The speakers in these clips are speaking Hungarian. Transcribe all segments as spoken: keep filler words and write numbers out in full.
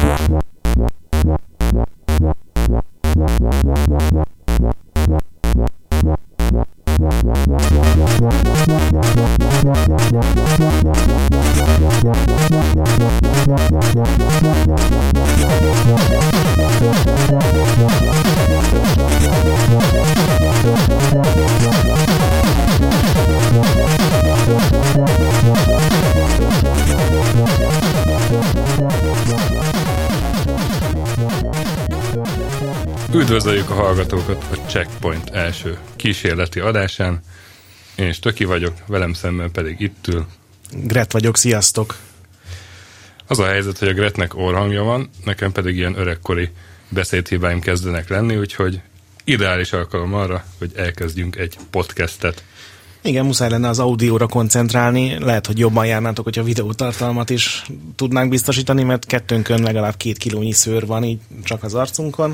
Üdvözöljük a hallgatókat a Checkpoint első kísérleti adásán. Én is Töki vagyok, velem szemben pedig itt ül Gret vagyok, sziasztok! Az a helyzet, hogy a Gretnek orrhangja van, nekem pedig ilyen öregkori beszédhibáim kezdenek lenni, úgyhogy ideális alkalom arra, hogy elkezdjünk egy podcastet. Igen, muszáj lenne az audióra koncentrálni, lehet, hogy jobban járnátok, hogyha videótartalmat is tudnánk biztosítani, mert kettőnkön legalább két kilónyi szőr van így csak az arcunkon.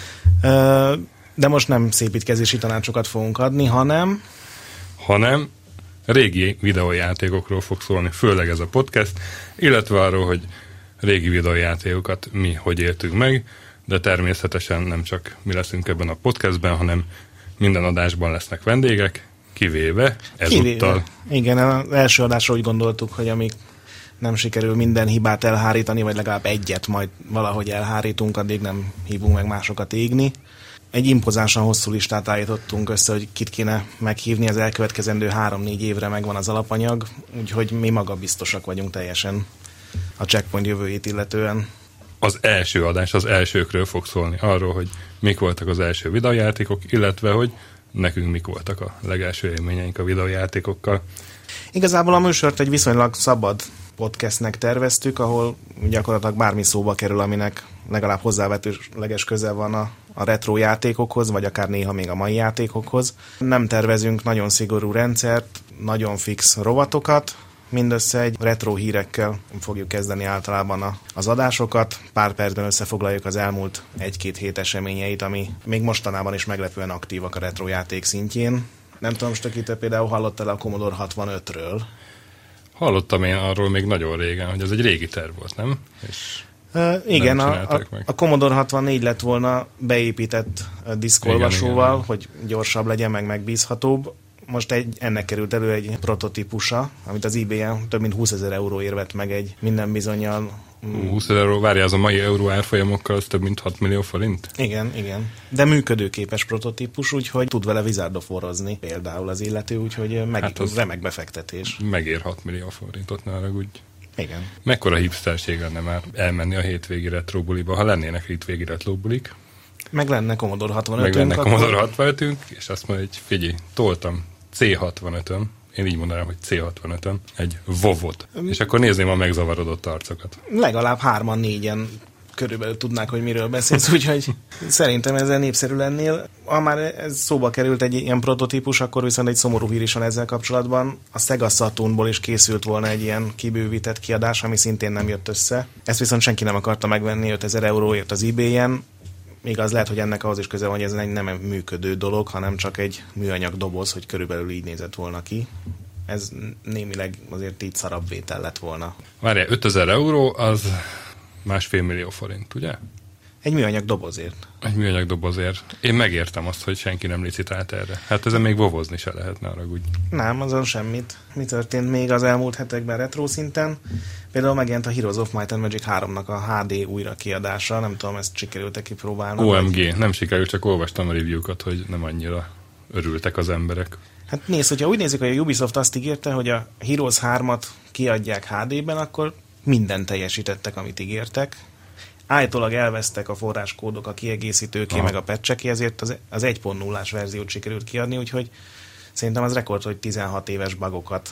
De most nem szépítkezési tanácsokat fogunk adni, hanem... Hanem régi videójátékokról fog szólni, főleg ez a podcast, illetve arról, hogy régi videójátékokat mi hogy éltünk meg, de természetesen nem csak mi leszünk ebben a podcastben, hanem minden adásban lesznek vendégek, kivéve ezúttal. Igen, az első adásra úgy gondoltuk, hogy amíg nem sikerül minden hibát elhárítani, vagy legalább egyet majd valahogy elhárítunk, addig nem hívunk meg másokat égni. Egy impozánsan hosszú listát állítottunk össze, hogy kit kéne meghívni, az elkövetkezendő három-négy évre megvan az alapanyag, úgyhogy mi magabiztosak vagyunk teljesen a Checkpoint jövőjét illetően. Az első adás az elsőkről fog szólni, arról, hogy mik voltak az első videójátékok, illetve hogy nekünk mik voltak a legelső élményeink a videójátékokkal. Igazából a műsort egy viszonylag szabad podcastnek terveztük, ahol gyakorlatilag bármi szóba kerül, aminek legalább hozzávetőleges köze van a, a retro játékokhoz, vagy akár néha még a mai játékokhoz. Nem tervezünk nagyon szigorú rendszert, nagyon fix rovatokat, mindössze egy retro hírekkel fogjuk kezdeni általában a, az adásokat. Pár percben összefoglaljuk az elmúlt egy-két hét eseményeit, ami még mostanában is meglepően aktívak a retro játék szintjén. Nem tudom, Stöki, te például hallottál a Commodore hatvanötről? Hallottam én arról még nagyon régen, hogy ez egy régi terv volt, nem? És uh, igen, a, a, a Commodore hatvannégy lett volna beépített diszkolvasóval, hogy gyorsabb legyen, meg megbízhatóbb. Most egy, ennek került elő egy prototípusa, amit az eBay-en több mint húszezer euróért vett meg egy minden bizonnyal. húszezer euró, várjál, az a mai euró árfolyamokkal, az több mint hat millió forint? Igen, igen. De működőképes prototípus, úgyhogy tud vele Wizard of War-ozni például az illető, úgyhogy meg, hát az remek befektetés. Megér hat millió forintot, ne haragudj. Igen. Mekkora hipsterség lenne már elmenni a hétvégi retrobuliba, ha lennének hétvégi retrobulik. Meg lenne Commodore hatvanötünk. Meg lenne Commodore hatvanötünk, és azt mondja, hogy figyelj, toltam cé hatvanötön, én így mondanám, hogy cé hatvanötön, egy vovot. És akkor nézném a megzavarodott arcokat. Legalább hárman, négyen körülbelül tudnák, hogy miről beszélsz, úgyhogy szerintem ezzel népszerű lennél. Ha már ez szóba került egy ilyen prototípus, akkor viszont egy szomorú hír is van ezzel kapcsolatban. A Sega Saturnból is készült volna egy ilyen kibővített kiadás, ami szintén nem jött össze. Ezt viszont senki nem akarta megvenni ötezer euróért az eBay-en. Még az lehet, hogy ennek ahhoz is köze van, hogy ez egy nem működő dolog, hanem csak egy műanyag doboz, hogy körülbelül így nézett volna ki. Ez némileg azért így szarabb vétel lett volna. Várjál, ötezer euró az másfél millió forint, ugye? Egy műanyag dobozért. Egy műanyag dobozért. Én megértem azt, hogy senki nem licitált erre. Hát ezen még vovozni se lehetne, arra úgy. Nem, azon semmit. Mi történt még az elmúlt hetekben retro szinten? Például megjelent a Heroes of Might and Magic háromnak a há dé újrakiadása. Nem tudom, ezt sikerült-e kipróbálni. o em gé, nem sikerült, csak olvastam a review-kat, hogy nem annyira örültek az emberek. Hát nézd, hogyha úgy nézzük, hogy a Ubisoft azt ígérte, hogy a Heroes hármat kiadják há dében, akkor mindent teljesítettek, amit ígértek. Állítólag elvesztek a forráskódok, a kiegészítőké, meg a patcheké, ezért az, az egy pont nullás verziót sikerült kiadni, úgyhogy szerintem az rekord, hogy tizenhat éves bugokat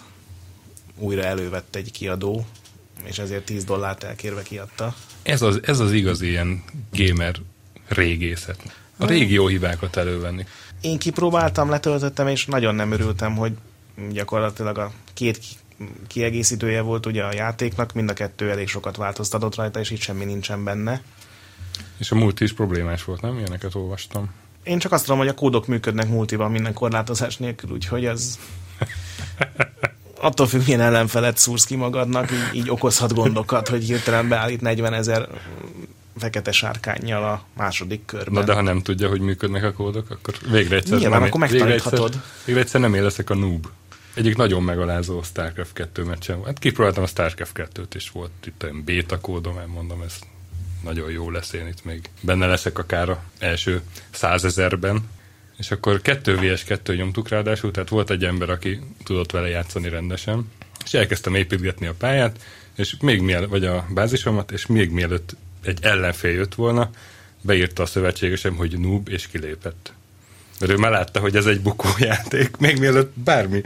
újra elővett egy kiadó, és ezért tíz dollárt elkérve kiadta. Ez az, ez az igazi ilyen gamer régészet. A régi jó hibákat elővenni. Én kipróbáltam, letöltöttem, és nagyon nem örültem, hogy gyakorlatilag a két kiegészítője volt ugye a játéknak, mind a kettő elég sokat változtatott rajta, és itt semmi nincsen benne. És a multi is problémás volt, nem? Ilyeneket olvastam. Én csak azt tudom, hogy a kódok működnek multiban minden korlátozás nélkül, úgyhogy ez attól függ, milyen ellenfelet szúrsz ki magadnak, így, így okozhat gondokat, hogy hirtelen beállít negyvenezer fekete sárkánnyal a második körben. Na de ha nem tudja, hogy működnek a kódok, akkor végre egyszer Nyilván, nem, akkor megtaníthatod. Végre egyszer, végre egyszer nem éleszek a noob. Egyik nagyon megalázó StarCraft kettő meccsen. Hát kipróbáltam a StarCraft kettőt, és volt itt olyan beta kódom, én mondom, ez nagyon jó lesz, én itt még benne leszek akár az első százezerben. És akkor kettő vé es kettő nyomtuk ráadásul, tehát volt egy ember, aki tudott vele játszani rendesen, és elkezdtem építgetni a pályát, és még mielőtt, vagy a bázisomat, és még mielőtt egy ellenfél jött volna, beírta a szövetségesem, hogy noob, és kilépett. Mert ő már látta, hogy ez egy bukójáték, még mielőtt bármi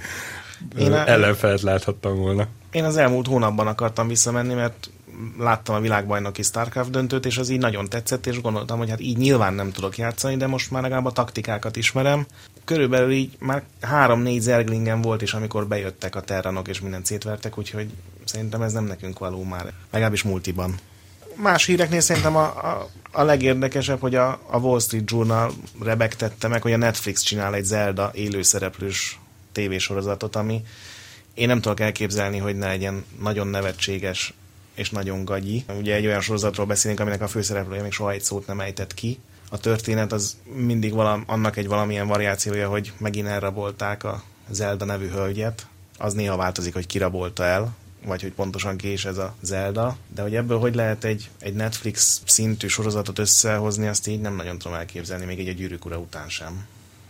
én a... ellenfelet láthattam volna. Én az elmúlt hónapban akartam visszamenni, mert láttam a világbajnoki StarCraft döntőt, és az így nagyon tetszett, és gondoltam, hogy hát így nyilván nem tudok játszani, de most már legalább a taktikákat ismerem. Körülbelül így már három-négy zerglingen volt is, amikor bejöttek a terranok, és mindent szétvertek, úgyhogy szerintem ez nem nekünk való már, legalábbis multiban. Más híreknél szerintem a, a, a legérdekesebb, hogy a, a Wall Street Journal rebegtette meg, hogy a Netflix csinál egy Zelda élőszereplős tévésorozatot, ami én nem tudok elképzelni, hogy ne legyen nagyon nevetséges és nagyon gagyi. Ugye egy olyan sorozatról beszélünk, aminek a főszereplője még soha egy szót nem ejtett ki. A történet az mindig valam, annak egy valamilyen variációja, hogy megint elrabolták a Zelda nevű hölgyet. Az néha változik, hogy kirabolta el, vagy hogy pontosan ki is ez a Zelda. De hogy ebből hogy lehet egy, egy Netflix szintű sorozatot összehozni, azt így nem nagyon tudom elképzelni, még egy a Gyűrűk ura után sem.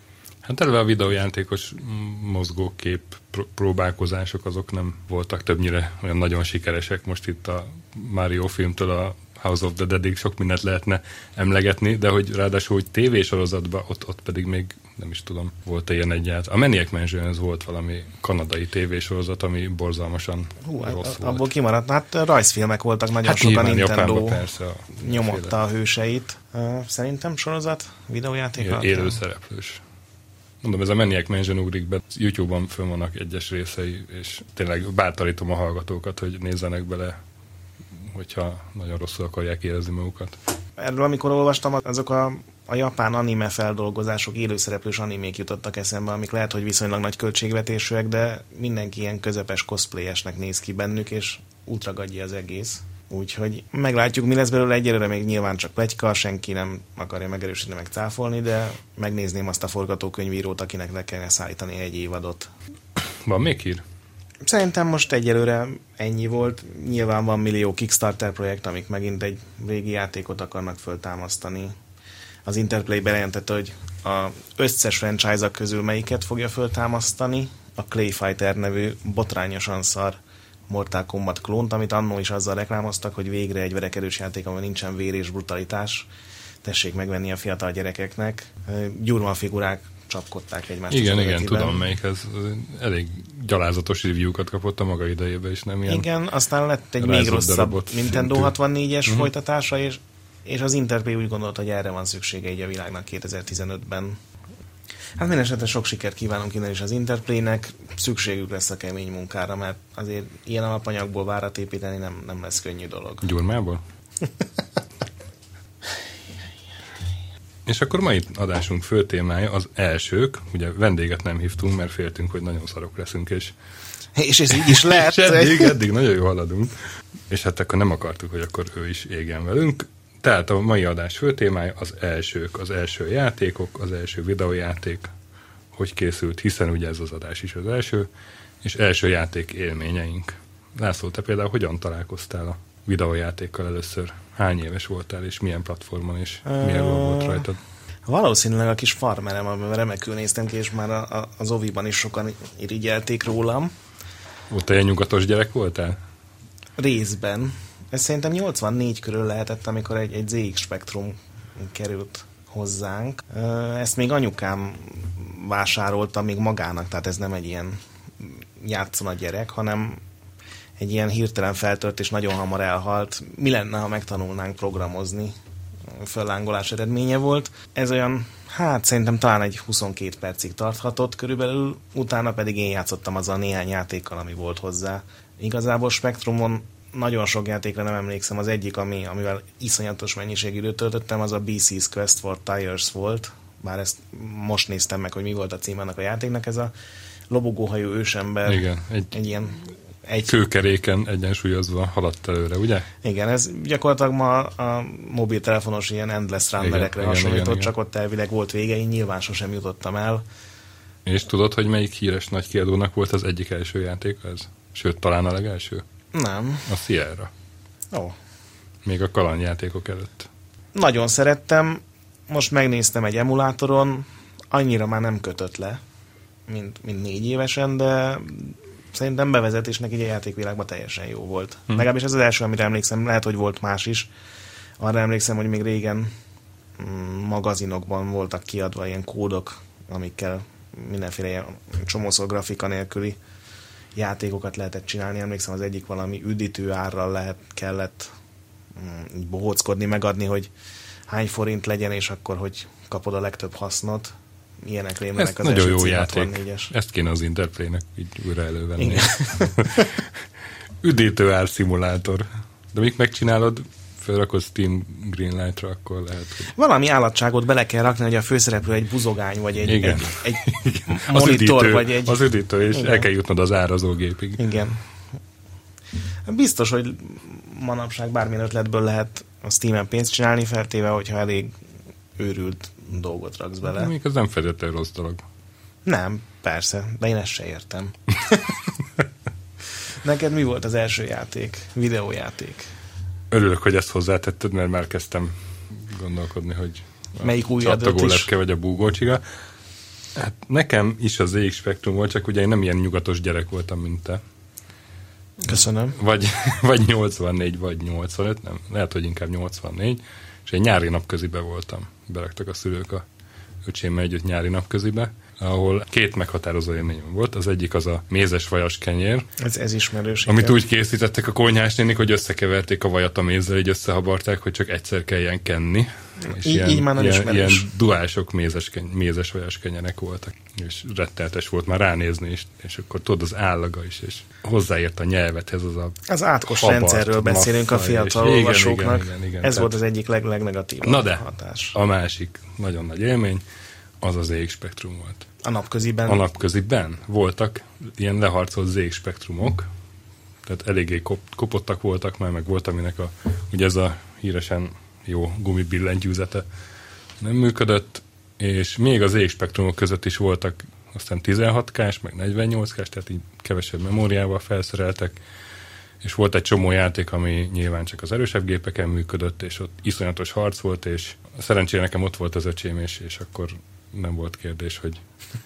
Hát eleve a videójátékos mozgókép próbálkozások azok nem voltak többnyire olyan nagyon sikeresek. Most itt a Mario filmtől a House of the Dead-ig sok mindent lehetne emlegetni, de hogy ráadásul, hogy tévésorozatban, ott, ott pedig még nem is tudom, volt ilyen egyáltalán. A Maniac Mansion volt valami kanadai tévésorozat, ami borzalmasan Hú, rossz hát, volt. Abból kimaradt. Hát rajzfilmek voltak, nagyon hát sokan, nyilván, Nintendo Japánban persze a nyomotta a hőseit. Szerintem sorozat, videójáték. Élőszereplős. Mondom, ez a Maniac Mansion ugrik be. YouTube-on fönn vannak egyes részei, és tényleg bátorítom a hallgatókat, hogy nézzenek bele, hogyha nagyon rosszul akarják érezni magukat. Erről amikor olvastam, azok a, a japán anime feldolgozások, élőszereplős animék jutottak eszembe, amik lehet, hogy viszonylag nagy költségvetésűek, de mindenki ilyen közepes cosplayesnek néz ki bennük, és ultra gagyi az egész. Úgyhogy meglátjuk, mi lesz belőle. Egyelőre még nyilván csak pletyka, senki nem akarja megerősíteni, meg cáfolni, de megnézném azt a forgatókönyvírót, akinek le kellene szállítani egy évadot. Van még hír? Szerintem most egyelőre ennyi volt. Nyilván van millió Kickstarter projekt, amik megint egy régi játékot akarnak föltámasztani. Az Interplay bejelentette, hogy az összes franchise-ak közül melyiket fogja föltámasztani. A Clay Fighter nevű botrányosan szar Mortal Kombat klónt, amit annó is azzal reklámoztak, hogy végre egy verekedős játék, ahol nincsen vér és brutalitás. Tessék megvenni a fiatal gyerekeknek. Gyurma figurák csapkodták egymást. Igen, igen, tudom melyik, ez elég gyalázatos review-kat kapott a maga idejében is, nem ilyen? Igen, aztán lett egy még rosszabb Nintendo hatvannégyes uh-huh. folytatása, és, és az Interplay úgy gondolta, hogy erre van szüksége így a világnak kétezer-tizenötben. Hát mindenesetre sok sikert kívánunk innen is az Interplaynek, szükségük lesz a kemény munkára, mert azért ilyen alapanyagból várat építeni nem, nem lesz könnyű dolog. Gyurmából? És akkor mai adásunk fő témája az elsők, ugye vendéget nem hívtunk, mert féltünk, hogy nagyon szarok leszünk, és és ez így is lehet. és eddig, eddig nagyon jól haladunk, és hát akkor nem akartuk, hogy akkor ő is égjen velünk. Tehát a mai adás fő témája az elsők, az első játékok, az első videójáték, hogy készült, hiszen ugye ez az adás is az első, és első játék élményeink. László, te például hogyan találkoztál a videójátékkal először? Hány éves voltál, és milyen platformon, és milyen uh, volt rajtad? Valószínűleg a kis farmerem, amiben remekül néztem ki, és már a, a, az oviban is sokan irigyelték rólam. Ott te ilyen nyugatos gyerek voltál? Részben. Ez szerintem nyolcvannégy körül lehetett, amikor egy, egy zé iksz Spectrum került hozzánk. Ezt még anyukám vásárolta még magának, tehát ez nem egy ilyen játszon a gyerek, hanem egy ilyen hirtelen feltört és nagyon hamar elhalt. Mi lenne, ha megtanulnánk programozni? Fellángolás eredménye volt. Ez olyan, hát szerintem talán egy huszonkét percig tarthatott körülbelül, utána pedig én játszottam azzal néhány játékkal, ami volt hozzá. Igazából Spectrumon nagyon sok játékra nem emlékszem, az egyik, ami, amivel iszonyatos mennyiségű időt töltöttem, az a bé cé's Quest for Tires volt, bár ezt most néztem meg, hogy mi volt a cím annak a játéknak, ez a, lobogóhajú ősember. Igen, egy, egy ilyen egy... kőkeréken egyensúlyozva haladt előre, ugye? Igen, ez gyakorlatilag ma a mobiltelefonos ilyen endless runnerekre hasonlított, igen, csak igen. Ott elvileg volt vége, én nyilván sosem jutottam el. És tudod, hogy melyik híres nagy kiadónak volt az egyik első játék ez? Sőt, talán a legelső? Nem. A Sierra. Ó. Még a kalandjátékok előtt. Nagyon szerettem, most megnéztem egy emulátoron, annyira már nem kötött le, mint, mint négy évesen, de szerintem bevezetésnek így a játékvilágban teljesen jó volt. Hm. Legalábbis ez az első, amire emlékszem, lehet, hogy volt más is. Arra emlékszem, hogy még régen mm, magazinokban voltak kiadva ilyen kódok, amikkel mindenféle ilyen csomószor grafika nélküli játékokat lehetett csinálni. Emlékszem, az egyik valami üdítő árral lehet, kellett mm, bohóckodni, megadni, hogy hány forint legyen, és akkor, hogy kapod a legtöbb hasznot. Ilyenek rémlenek az nagyon jó játék. Ezt kéne az Interplay-nek így újra elővenni. Üdítő árszimulátor. De mik megcsinálod, felrakod Steam Greenlight-ra, akkor lehet, hogy... Valami állatságot bele kell rakni, hogy a főszereplő egy buzogány, vagy egy, igen. egy, egy monitor, üdítő, vagy egy... Az üdítő, és igen. el kell jutnod az árazógépig. Igen. Biztos, hogy manapság bármilyen ötletből lehet a Steam-en pénzt csinálni, feltéve, hogyha elég őrült dolgot raksz bele. Még az nem feltétlenül rossz dolog. Nem, persze, de én ezt se értem. Neked mi volt az első játék? Videójáték? Örülök, hogy ezt hozzátetted, mert már kezdtem gondolkodni, hogy melyik új csattogó lepke vagy a búgócsiga. Hát nekem is az zé iksz Spectrum volt, csak ugye én nem ilyen nyugatos gyerek voltam, mint te. Köszönöm. Vagy, vagy nyolcvannégy, vagy nyolcvanöt, nem, lehet, hogy inkább nyolcvannégy, és egy nyári napközibe voltam. Beraktak a szülők a öcsémmel együtt nyári napközibe, ahol két meghatározó élményem volt. Az egyik az a mézes vajas kenyér. Ez, ez ismerős. Amit igen. Úgy készítettek a konyhás nénik, hogy összekeverték a vajat a mézzel, így összehabarták, hogy csak egyszer kelljen kenni. És így, ilyen, így már nem ilyen, ismerős. Ilyen duások mézes, mézes vajas kenyerek voltak. És retteltes volt már ránézni is, és akkor tudod, az állaga is, és hozzáért a nyelvethez az a az átkos rendszerről beszélünk a fiatal igen, olvasóknak. igen, igen, igen, ez tehát, volt az egyik leg, legnegatívabb na de, hatás. A másik nagyon nagy élmény, az az zé iksz Spectrum volt. A napköziben? A napköziben voltak ilyen leharcolt zé iksz Spectrumok, tehát eléggé kop- kopottak voltak már, meg volt, aminek a, ugye ez a híresen jó gumibillentyűzete nem működött, és még az zé iksz Spectrumok között is voltak aztán tizenhat kás, meg negyvennyolc kás, tehát így kevesebb memóriával felszereltek, és volt egy csomó játék, ami nyilván csak az erősebb gépeken működött, és ott iszonyatos harc volt, és szerencsére nekem ott volt az öcsém, és, és akkor nem volt kérdés, hogy,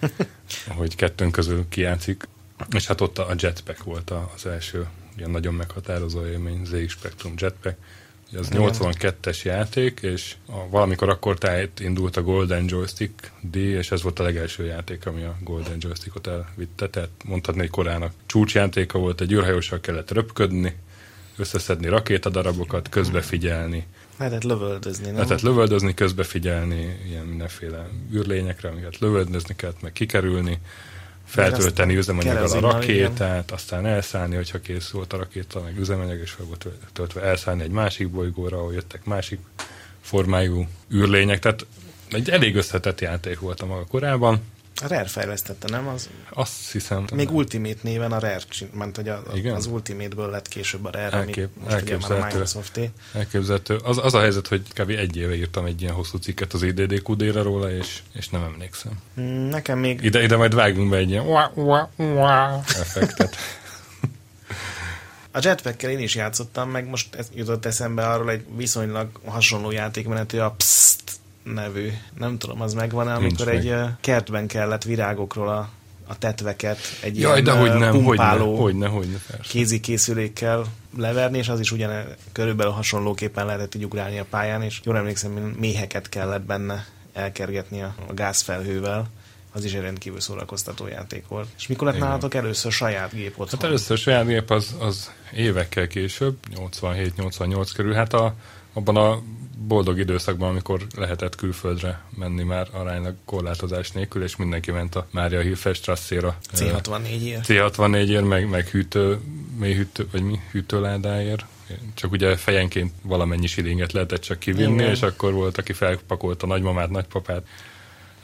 hogy kettőnk közül kijátszik. És hát ott a Jetpack volt az első ilyen nagyon meghatározó élmény, zé iksz Spectrum Jetpack. Az igen. nyolcvankettes játék, és a, valamikor akkor tájt indult a Golden Joystick D, és ez volt a legelső játék, ami a Golden Joystickot elvitte, tehát mondhatni, hogy korának csúcsjátéka volt, egy űrhajóssal kellett röpködni, összeszedni rakétadarabokat, közbefigyelni. Lehetett lövöldözni, nem? Lehetett lövöldözni, közbefigyelni ilyen mindenféle űrlényekre, amiket lövöldözni kellett, meg kikerülni, feltölteni üzemanyaggal a rakétát, aztán elszállni, hogyha kész volt a rakéta, meg üzemanyag, és fel volt töltve, elszállni egy másik bolygóra, ahol jöttek másik formájú űrlények, tehát egy elég összetett játék volt a maga korában. A Rare fejlesztette, nem? Az... Azt hiszem. Még nem. Ultimate néven a Rare, mert hogy a, az Ultimate-ből lett később a Rare, Elkép, ami most ugye már a Microsoft-é. Elképzelhető. Az, az a helyzet, hogy kb. egy éve írtam egy ilyen hosszú cikket az i dé dé kú dé-re róla, és, és nem emlékszem. Nekem még... Ide, ide majd vágunk be egy ilyen effektet. A Jetpackkel én is játszottam, meg most ez jutott eszembe arról egy viszonylag hasonló játékmenetű, a Psst nevű, nem tudom, az megvan, amikor egy meg. kertben kellett virágokról a, a tetveket egy Jaj, ilyen de hogy nem, pumpáló hogyne, hogyne, kézikészülékkel leverni, és az is ugyan körülbelül hasonlóképpen lehetett így ugrálni a pályán, és jól emlékszem, méheket kellett benne elkergetni a, a gázfelhővel. Az is egy rendkívül szórakoztató játék volt. És mikor lett nálatok először saját gép otthon? Hát először saját gép az, az évekkel később, nyolcvanhét nyolcvannyolc körül, hát a, abban a boldog időszakban, amikor lehetett külföldre menni már aránylag korlátozás nélkül, és mindenki ment a Mária Hilfer-Strasszéra. cé hatvannégyért. cé hatvannégyért, meg, meg hűtő, mélyhűtő, vagy mi, hűtőládáért. Csak ugye fejenként valamennyi silinget lehetett csak kivinni, igen. És akkor volt, aki felpakolta nagymamát, nagypapát.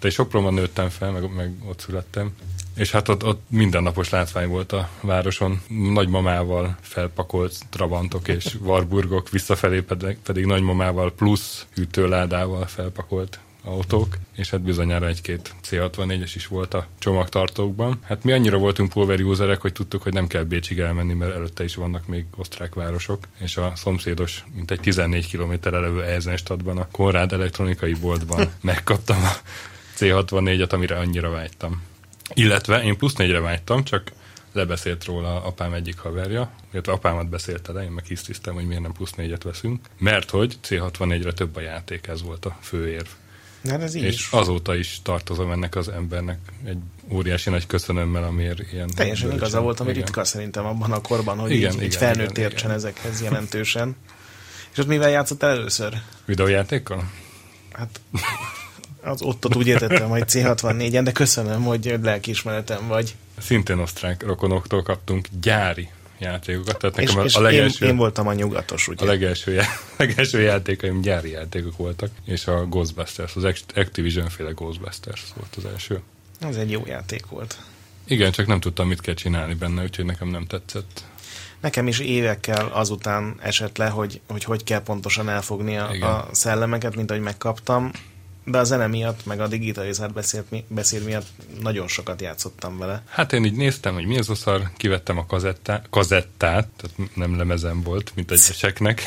De és Sopronban nőttem fel, meg, meg ott születtem. És hát ott, ott mindennapos látvány volt a városon. Nagymamával felpakolt trabantok és warburgok, visszafelé pedig, pedig nagymamával plusz hűtőládával felpakolt autók, és hát bizonyára egy-két cé hatvannégyes is volt a csomagtartókban. Hát mi annyira voltunk power userek, hogy tudtuk, hogy nem kell Bécsig elmenni, mert előtte is vannak még osztrák városok, és a szomszédos, mint egy tizennégy kilométerre levő Eisenstadtban, a Konrád elektronikai boltban megkaptam a cé hatvannégyet, amire annyira vágytam. Illetve én plusz négyre vágytam, csak lebeszélt róla apám egyik haverja, illetve apámat beszélte le, én meg hisztisztem, hogy miért nem plusz négyet veszünk, mert hogy cé hatvannégyre több a játék, ez volt a főérv. Hát ez így és is. Azóta is tartozom ennek az embernek egy óriási nagy köszönömmel, amiért ilyen... Teljesen bölcsen, igaza volt, ami igen. ritka szerintem abban a korban, hogy igen, így, igen, így felnőtt igen, értsen igen. ezekhez jelentősen. És ott mivel játszottál először? Videójátékkal? Hát az ott, ott úgy értettem, hogy cé hatvannégyen, de köszönöm, hogy lelkiismeretem vagy. Szintén osztrák rokonoktól kaptunk gyári játékokat. Tehát nekem és, a, és a legelső, én, én voltam a nyugatos, ugye? A legelső, já, legelső játékaim gyári játékok voltak, és a Ghostbusters, az Activision-féle Ghostbusters volt az első. Az egy jó játék volt. Igen, csak nem tudtam, mit kell csinálni benne, úgyhogy nekem nem tetszett. Nekem is évekkel azután esett le, hogy hogy, hogy kell pontosan elfogni a, a szellemeket, mint ahogy megkaptam, de a zene miatt, meg a digitalizált beszéd, beszéd miatt nagyon sokat játszottam vele. Hát én így néztem, hogy mi az a szar, kivettem a kazettá, kazettát, tehát nem lemezem volt, mint egyeseknek.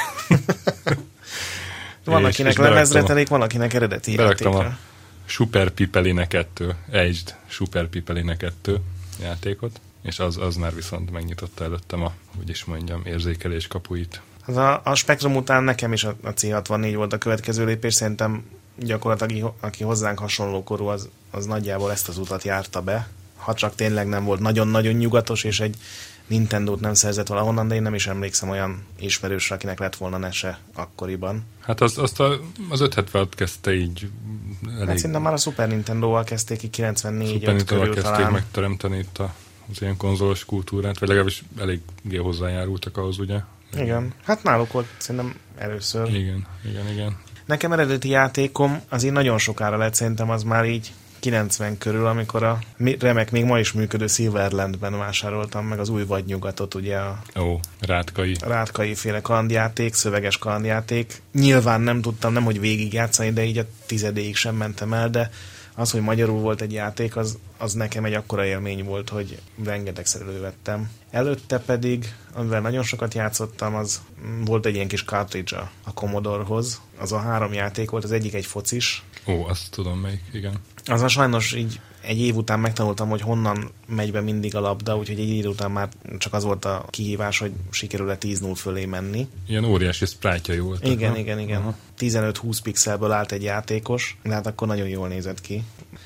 Van, akinek lemezre telik, van, akinek eredeti játékra. Beraktam a Super Pipeline kettő, Aged Super Pipeline kettő játékot, és az, az már viszont megnyitotta előttem a, hogy is mondjam, érzékelés kapuit. Az a, a Spektrum után nekem is a, a cé hatvannégy volt a következő lépés, szerintem gyakorlatilag aki hozzánk hasonló korú, az, az nagyjából ezt az utat járta be. Ha csak tényleg nem volt nagyon-nagyon nyugatos, és egy Nintendót nem szerzett valahonnan, de én nem is emlékszem olyan ismerősre, akinek lett volna nese akkoriban. Hát az, azt a, az ötszázhetvenhat kezdte így elég... Hát szerintem már a Super Nintendóval kezdték ki kilencvennégy Super Nintendóval körül kezdték talán. megteremteni itt a, az ilyen konzolos kultúrát, vagy legalábbis eléggé hozzájárultak ahhoz, ugye? Igen. Hát náluk volt szerintem először. Igen, igen, igen. Nekem eredeti játékom az így nagyon sokára lett, szerintem az már így kilencven körül, amikor a remek, még ma is működő Silverlandben vásároltam meg az új vadnyugatot, ugye a Ó, Rátkai. Rátkai féle kalandjáték, szöveges kalandjáték. Nyilván nem tudtam, nem hogy végigjátszani, de így a tizedéig sem mentem el, de az, hogy magyarul volt egy játék, az, az nekem egy akkora élmény volt, hogy rengetegszer elővettem. Előtte pedig, amivel nagyon sokat játszottam, az volt egy ilyen kis cartridge a Commodore-hoz. Az a három játék volt, az egyik egy focis. Ó, azt tudom melyik, igen. Azon sajnos így egy év után megtanultam, hogy honnan megy be mindig a labda, úgyhogy egy év után már csak az volt a kihívás, hogy sikerül-e tíz null fölé menni. Ilyen óriási sprite-jai voltak. Igen, ha? igen, igen. Aha. tizenöt-húsz pixelből állt egy játékos, de hát akkor nagyon jól nézett ki.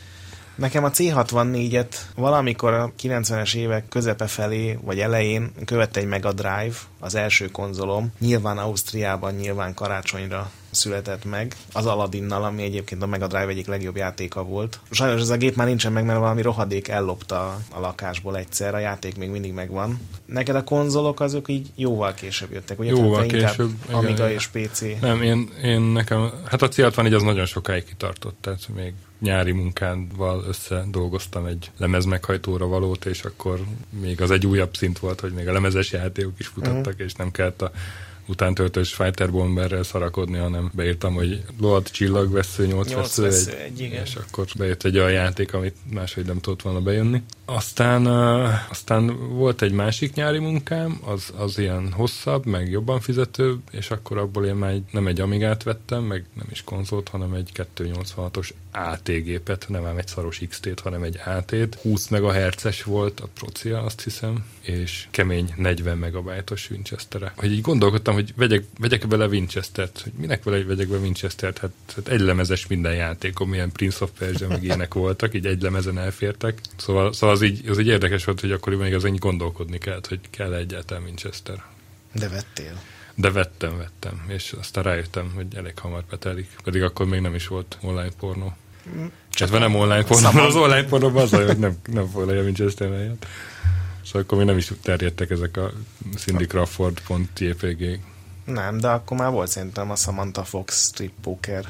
Nekem a cé hatvannégyet valamikor a kilencvenes évek közepe felé, vagy elején követte egy Mega Drive, az első konzolom. Nyilván Ausztriában, nyilván karácsonyra született meg, az Aladinnal, ami egyébként a Mega Drive egyik legjobb játéka volt. Sajnos ez a gép már nincsen meg, mert valami rohadék ellopta a lakásból egyszer, a játék még mindig megvan. Neked a konzolok azok így jóval később jöttek, ugye? Jóval később. Amiga igen, és pé cé. Nem, én, én nekem, hát a cé hatvannégy az nagyon sokáig kitartott, tehát még nyári munkával össze dolgoztam egy lemezmeghajtóra valót, és akkor még az egy újabb szint volt, hogy még a lemezes játékok is futottak, uh-huh. és nem kellett a utántöltős Fighter Bomberrel szarakodni, hanem beírtam, hogy load, csillagvesző, nyolc vesző, vesző egy, egy, igen. és akkor bejött egy olyan játék, amit máshogy nem tudott volna bejönni. Aztán, uh, aztán volt egy másik nyári munkám, az, az ilyen hosszabb, meg jobban fizetőbb, és akkor abból én már egy, nem egy Amigát vettem, meg nem is konzolt, hanem egy kétszáznyolcvanhatos á té gépet, nem ám egy szaros iksz té-t, hanem egy á té-t. húsz megahertzes volt a procia, azt hiszem, és kemény negyven megabájtos Winchester-re. Hogy így gondolkodtam, hogy vegyek, vegyek vele Winchester-t, hogy minek vele vegyek vele Winchester-t, hát, hát egy lemezes minden játékom, milyen Prince of Persia meg ilyenek voltak, így egy lemezen elfértek. Szóval, szóval az, így, az így érdekes volt, hogy akkoriban még az ennyi gondolkodni kellett, hogy kell egyáltalán Winchester. De vettél. De vettem, vettem, és aztán rájöttem, hogy elég hamar betelik. Pedig akkor még nem is volt online pornó. Csak nem online pornó, mert az online pornóban az, hogy nem, nem foglalja Winchester helyet. Szóval akkor még nem is terjedtek ezek a Cindy Crawford.jpg. Nem, de akkor már volt szerintem a Samantha Fox Strip Poker.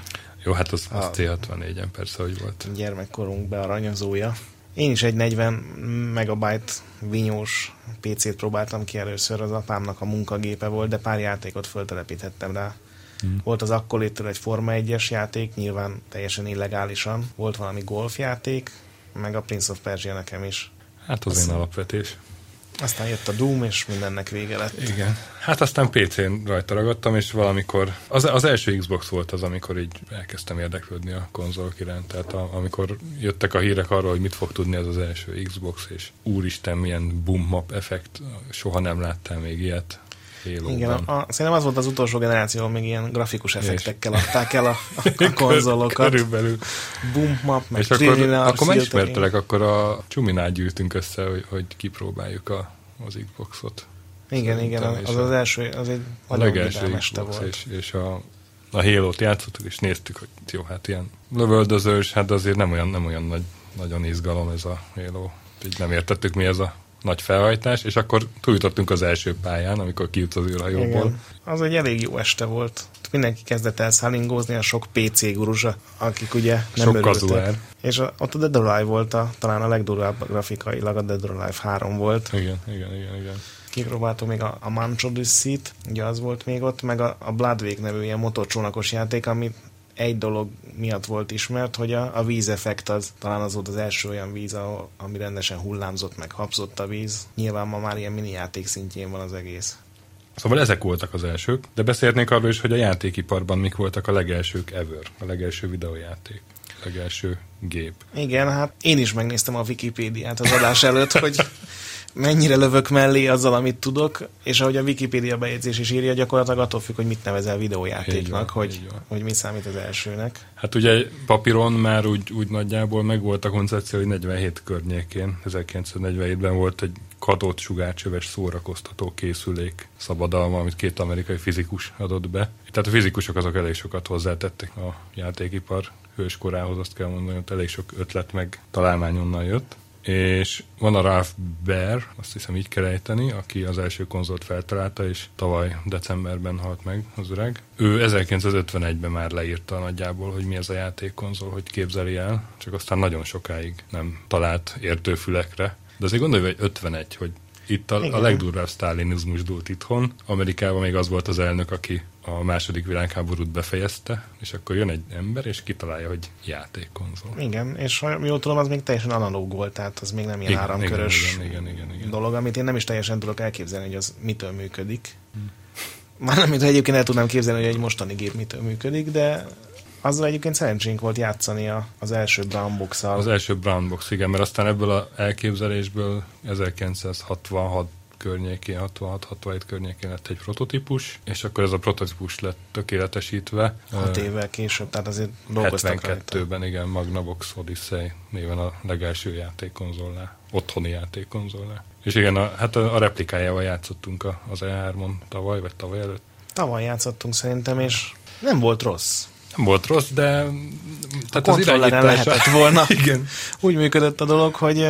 Jó, hát az, az té hatvannégyen persze, hogy volt. Gyermekkorunk bearanyozója. Én is egy negyven megabyte vinyós pé cét próbáltam ki először, az apámnak a munkagépe volt, de pár játékot föltelepíthettem rá. Hmm. Volt az Akkolétől egy Forma egyes játék, nyilván teljesen illegálisan. Volt valami golfjáték, meg a Prince of Persia nekem is. Hát az aztán, én alapvetés. Aztán jött a Doom, és mindennek vége lett. Igen. Hát aztán pé cén rajta ragadtam, és valamikor, az, az első Xbox volt az, amikor így elkezdtem érdeklődni a konzolok iránt. Tehát a, amikor jöttek a hírek arról, hogy mit fog tudni ez az első Xbox, és úristen, milyen boom map effekt, soha nem láttam még ilyet. Halo-ban. Igen, a, szerintem az volt az utolsó generáció, még ilyen grafikus effektekkel adták el a, a konzolokat. Körülbelül. Boom map, meg és akkor, akkor megismertelek, akkor a Csuminál gyűltünk össze, hogy, hogy kipróbáljuk a, az Xboxot. Igen, szerintem, igen, az az első, az egy nagyon vidám este volt. És, és a, a Halo-t játszottuk, és néztük, hogy jó, hát ilyen lövöldözős, hát azért nem olyan, nem olyan nagy, nagyon izgalom ez a Halo. Így nem értettük, mi ez a nagy felhajtás, és akkor túljutottunk az első pályán, amikor kijut az űrhajóból. Az egy elég jó este volt. Mindenki kezdett el szállingózni, a sok pé cé guruzsa, akik ugye nem sok örültek. kazuár. És a, ott a Dead or Alive volt, a, talán a legdurvább grafikailag a Dead or Alive három volt. Igen, igen, igen, igen. Kipróbáltuk még a, a Manch Odyssey-t, ugye az volt még ott, meg a, a Bloodwake nevű ilyen motorcsónakos játék, ami egy dolog miatt volt ismert, hogy a, a vízeffekt az, talán az volt az első olyan víz, ahol, ami rendesen hullámzott, meg hapzott a víz. Nyilván ma már ilyen mini játék szintjén van az egész. Szóval ezek voltak az elsők, de beszélnék arról is, hogy a játékiparban mik voltak a legelsők ever, a legelső videójáték, a legelső gép. Igen, hát én is megnéztem a Wikipédiát az adás előtt, hogy mennyire lövök mellé azzal, amit tudok, és ahogy a Wikipédia bejegyzés is írja, gyakorlatilag attól függ, hogy mit nevezel videójátéknak, van, hogy, hogy mi számít az elsőnek. Hát ugye papíron már úgy, úgy nagyjából megvolt a koncepció, hogy negyvenhét környékén, ezerkilencszáznegyvenhétben volt egy kadott sugárcsöves szórakoztató készülék szabadalma, amit két amerikai fizikus adott be. Tehát a fizikusok azok elég sokat hozzátettek a játékipar hőskorához, azt kell mondani, hogy elég sok ötlet meg találmány onnan jött. És van a Ralph Baer, azt hiszem így kell ejteni, aki az első konzolt feltalálta, és tavaly decemberben halt meg az öreg. Ő ezerkilencszázötvenegyben már leírta nagyjából, hogy mi ez a játékkonzol, hogy képzeli el, csak aztán nagyon sokáig nem talált értőfülekre. De azért gondolj, hogy ötvenegy, hogy itt a, a legdurvább sztálinizmus dúlt itthon. Amerikában még az volt az elnök, aki a második világháborút befejezte, és akkor jön egy ember, és kitalálja, hogy játékkonzol. Igen, és ha jól tudom, az még teljesen analóg volt, tehát az még nem ilyen igen, áramkörös igen, igen, igen, igen. dolog, amit én nem is teljesen tudok elképzelni, hogy az mitől működik. Hmm. Már nem, mint egyébként el tudnám képzelni, hogy egy mostani gép mitől működik, de azzal egyébként szerencsénk volt játszani a, az első Brown Box-al. Az első Brown Box, igen, mert aztán ebből az elképzelésből ezerkilencszázhatvanhat környékén, hatvanhat hatvanhét környékén lett egy prototípus, és akkor ez a prototípus lett tökéletesítve. Hat évvel később, tehát azért dolgoztak hetvenkettőben, igen, Magnavox Odyssey néven a legelső játékkonzolnál, otthoni játékkonzolnál. És igen, a, hát a, a replikájával játszottunk a, az E hármon tavaly, vagy tavaly előtt. Tavaly játszottunk szerintem, és nem volt rossz. Nem volt rossz, de tehát a kontrolleren lehetett volna. Igen. Úgy működött a dolog, hogy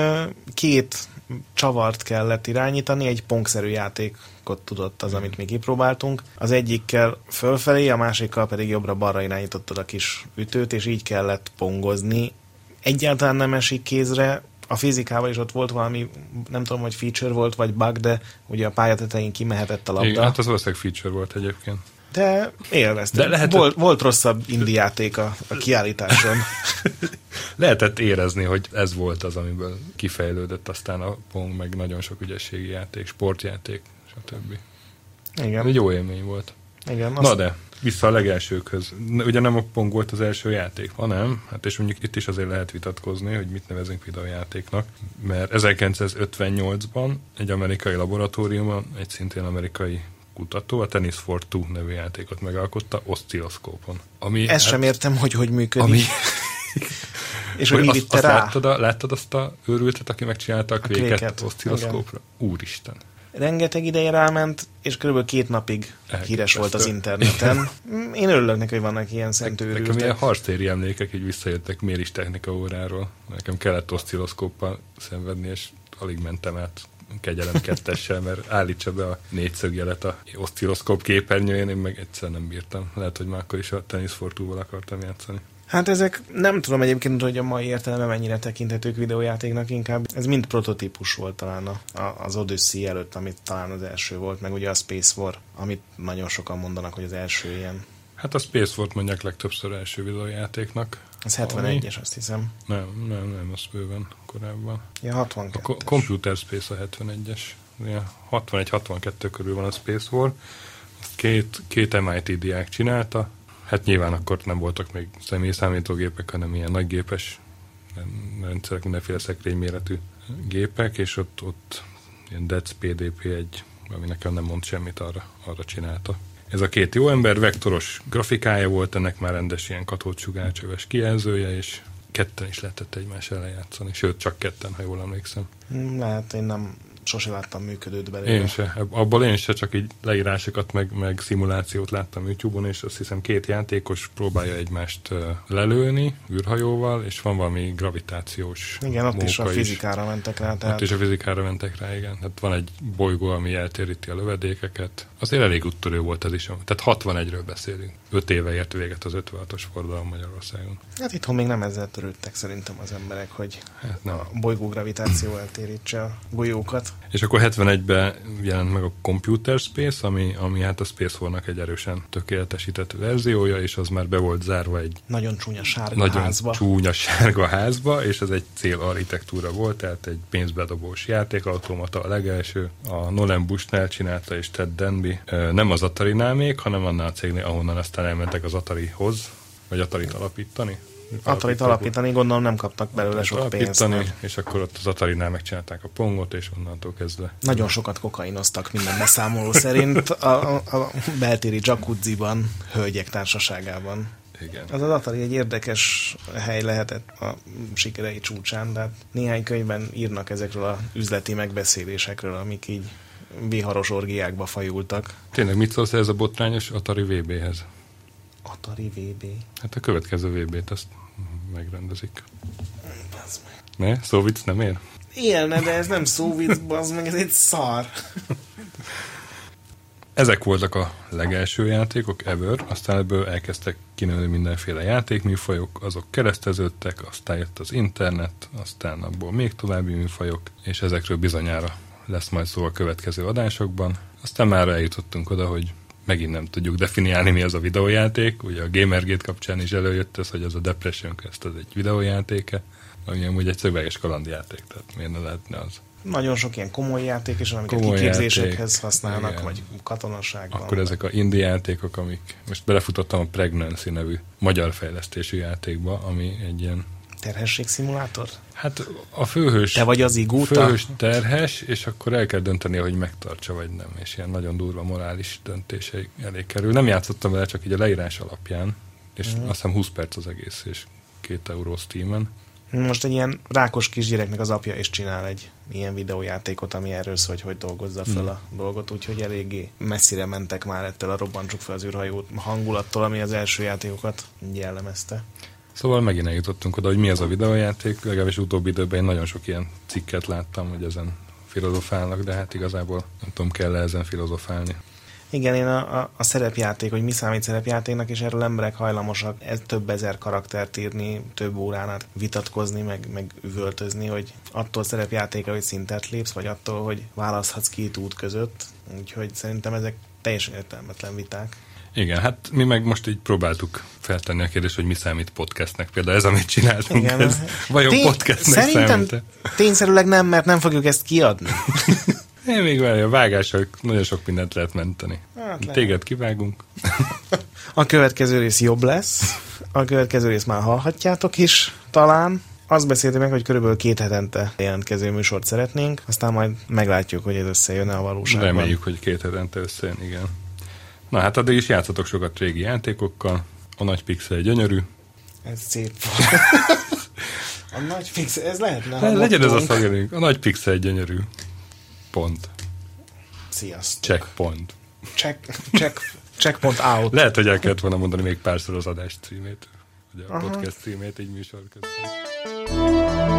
két csavart kellett irányítani, egy pongszerű játékot tudott az, amit mi kipróbáltunk. Az egyikkel fölfelé, a másikkal pedig jobbra-balra irányítottad a kis ütőt, és így kellett pongozni. Egyáltalán nem esik kézre, a fizikával is ott volt valami, nem tudom, hogy feature volt, vagy bug, de ugye a pályatetején kimehetett a labda. Igen, hát az valószínűleg feature volt egyébként. De élveztem. De lehetett... volt, volt rosszabb indie játék a, a kiállításon. Lehetett érezni, hogy ez volt az, amiből kifejlődött aztán a Pong, meg nagyon sok ügyességi játék, sportjáték, stb. Igen. Egy jó élmény volt. Igen, Na de, vissza a legelsőkhöz. Ugye nem a Pong volt az első játék, hanem, hát és mondjuk itt is azért lehet vitatkozni, hogy mit nevezünk videójátéknak, mert ezerkilencszázötvennyolcban egy amerikai laboratóriumban, egy szintén amerikai kutató, a Tennis for Two nevű játékot megalkotta oszcilloszkópon. Ami, Ezt hát, sem értem, hogy hogy működik. Ami... És hogy mi vitte rá? Láttad, a, láttad azt a őrültet, aki megcsinálta a kvéket oszcilloszkópra? Úristen. Rengeteg ideje ráment, és körülbelül két napig Elképesztő. híres volt az interneten. Én örülök neki, hogy vannak ilyen szent őrültek. Nekem ilyen harctéri emlékek így visszajöttek méristechnika óráról. Nekem kellett oszcilloszkóppal szenvedni, és alig mentem át kegyelem kettessel, mert állítsa be a négyszögjelet a oszcilloszkóp képernyőjén, én meg egyszer nem bírtam. Lehet, hogy már akkor is a Tennis for Two-val akartam játszani. Hát ezek nem tudom egyébként, hogy a mai értelemben mennyire tekinthetők videójátéknak, inkább ez mind prototípus volt talán a, a, az Odyssey előtt, amit talán az első volt, meg ugye a Space War, amit nagyon sokan mondanak, hogy az első ilyen. Hát a Space War mondják legtöbbször első videójátéknak. Ez hetvenegyes, azt hiszem. Nem, nem, nem, az bőven korábban. Ja, hatvankettes. A Computer Space a hetvenegyes. hatvanegy hatvankettő körül van a Space War. Azt két, két em i té diák csinálta. Hát nyilván akkor nem voltak még személyi számítógépek, hanem ilyen nagygépes rendszerek, mindenféle szekrényméretű gépek, és ott, ott ilyen dé e cé pé dé pé egy, ami nekem nem mond semmit, arra, arra csinálta. Ez a két jó ember, vektoros grafikája volt, ennek már rendes ilyen katódsugárcsöves kijelzője, és ketten is lehetett egymás ellen játszani, sőt, csak ketten, ha jól emlékszem. Lehet, én nem sose láttam működőt belőle. Én se. Abból én se, csak így leírásokat, meg, meg szimulációt láttam YouTube-on, és azt hiszem két játékos próbálja egymást lelőni űrhajóval, és van valami gravitációs igen, ott is a fizikára is. mentek rá. Tehát... Ott is a fizikára mentek rá, igen. Hát van egy bolygó, ami eltéríti a lövedékeket. Azért elég úttörő volt ez is. Tehát hatvanegyről beszélünk. Öt éve ért véget az ötvenhatos forradalom Magyarországon. Hát itthon még nem ezzel törődtek szerintem az emberek, hogy hát nem. A bolygó gravitáció eltérítse a golyókat. És akkor hetvenegyben jelent meg a Computer Space, ami, ami hát a Space War-nak egy erősen tökéletesített verziója, és az már be volt zárva egy nagyon csúnya sárga nagyon házba. csúnya sárga házba, és ez egy célarchitektúra volt, tehát egy pénzbedobós játékautomata a legelső. A Nolan Bushnell csinálta, és Ted Denby. Nem az Atari-nál még, hanem annál a cégnél, ahonnan aztán elmentek az Atarihoz, vagy Atarit alapítani. Atarit alapítani, gondolom nem kaptak belőle sok pénzt. És akkor ott az Atarinál megcsinálták a Pongot, és onnantól kezdve. Nagyon sokat kokainoztak minden beszámoló szerint a, a, a beltéri jacuzziban, hölgyek társaságában. Igen. Az az Atari egy érdekes hely lehetett a sikerei csúcsán, de néhány könyvben írnak ezekről az üzleti megbeszélésekről, amik így viharos orgiákba fajultak. Tényleg mit szólsz ez a botrányos Atari vé béhez? Atari vé bé? Hát a következő vé bét azt megrendezik. Bazd meg. Ne? Szóvic nem ér? Élne, de ez nem szóvic, bazd meg, ez egy szar. Ezek voltak a legelső játékok ever, aztán ebből elkezdtek kinőni mindenféle játékműfajok, azok kereszteződtek, aztán jött az internet, aztán abból még további műfajok, és ezekről bizonyára lesz majd szó a következő adásokban. Aztán már eljutottunk oda, hogy megint nem tudjuk definiálni, mi az a videójáték. Ugye a Gamergate kapcsán is előjött ez, hogy az a Depression Quest az egy videójátéke, ami amúgy egy szöveges kalandjáték, tehát miért ne lehetne az. Nagyon sok ilyen komoly játék is, amiket komoly kiképzésekhez játék, használnak, igen. Vagy katonaságban. Akkor ezek a indie játékok, amik... Most belefutottam a Pregnancy nevű magyar fejlesztésű játékba, ami egy ilyen... Terhességszimulátor? Hát a főhős... Te vagy az igúta? Főhős terhes, és akkor el kell dönteni, hogy megtartsa, vagy nem. És ilyen nagyon durva morális döntései elé kerül. Nem játszottam vele, csak így a leírás alapján, és mm. azt hiszem húsz perc az egész, és két euró Steamen. Most egy ilyen rákos kisgyereknek az apja is csinál egy ilyen videójátékot, ami erről szól, hogy hogy dolgozza fel mm. a dolgot, úgyhogy eléggé messzire mentek már ettől a robbantsuk fel az űrhajót hangulattól, ami az első játékokat jellemezte. Szóval megint eljutottunk oda, hogy mi az a videójáték, legalábbis utóbbi időben én nagyon sok ilyen cikket láttam, hogy ezen filozofálnak, de hát igazából nem tudom, kell -e ezen filozofálni. Igen, én a, a, a szerepjáték, hogy mi számít szerepjátéknak, és erről emberek hajlamosak ez több ezer karaktert írni, több órán át vitatkozni, meg, meg üvöltözni, hogy attól szerepjátéka, hogy szintet lépsz, vagy attól, hogy választhatsz két út között. Úgyhogy szerintem ezek teljesen értelmetlen viták. Igen, hát mi meg most így próbáltuk feltenni a kérdést, hogy mi számít podcastnek. Például ez, amit csináltunk, igen, ez vajon Tény, podcastnek szerintem számít? Tényszerűleg nem, mert nem fogjuk ezt kiadni. Én még vele, a vágással nagyon sok mindent lehet menteni. Hát Téged kivágunk. A következő rész jobb lesz. A következő rész már hallhatjátok is, talán. Azt beszéltük meg, hogy körülbelül két hetente jelentkező műsort szeretnénk, aztán majd meglátjuk, hogy ez összejön-e a valóságban. Reméljük, hogy két hetente összejön, igen. Na hát addig is játszatok sokat régi játékokkal. A nagy pixel gyönyörű. Ez szép. A nagy pixel, ez lehetne. Le, legyen ez a szagolunk. A nagy pixel gyönyörű. Pont. Sziasztok. Checkpoint. Check, check, checkpoint out. Lehet, hogy el kellett volna mondani még párszor az adás címét. Ugye a Aha. podcast címét, így műsor közben.